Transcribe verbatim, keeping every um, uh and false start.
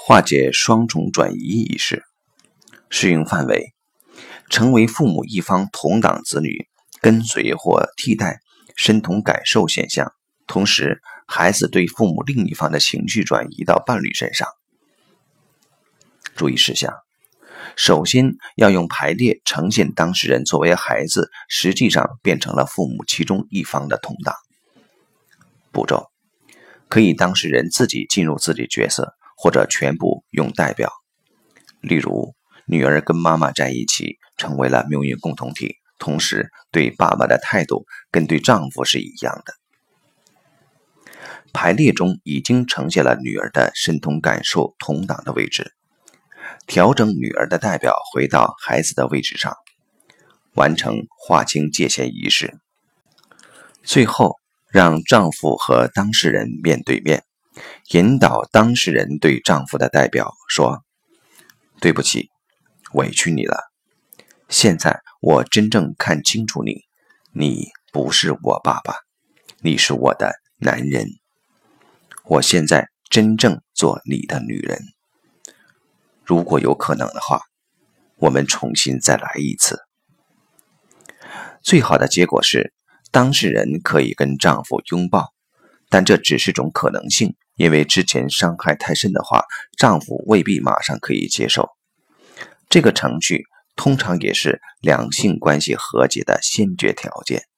化解双重转移一事。适用范围：成为父母一方同党子女，跟随或替代身同感受现象，同时孩子对父母另一方的情绪转移到伴侣身上。注意事项：首先要用排列呈现当事人作为孩子实际上变成了父母其中一方的同党。步骤：可以当事人自己进入自己角色，或者全部用代表。例如，女儿跟妈妈在一起成为了命运共同体，同时对爸爸的态度跟对丈夫是一样的。排列中已经呈现了女儿的身同感受同党的位置，调整女儿的代表回到孩子的位置上，完成划清界限仪式。最后让丈夫和当事人面对面，引导当事人对丈夫的代表说：对不起，委屈你了，现在我真正看清楚你，你不是我爸爸，你是我的男人，我现在真正做你的女人。如果有可能的话，我们重新再来一次。最好的结果是当事人可以跟丈夫拥抱，但这只是种可能性，因为之前伤害太深的话，丈夫未必马上可以接受。这个程序通常也是两性关系和解的先决条件。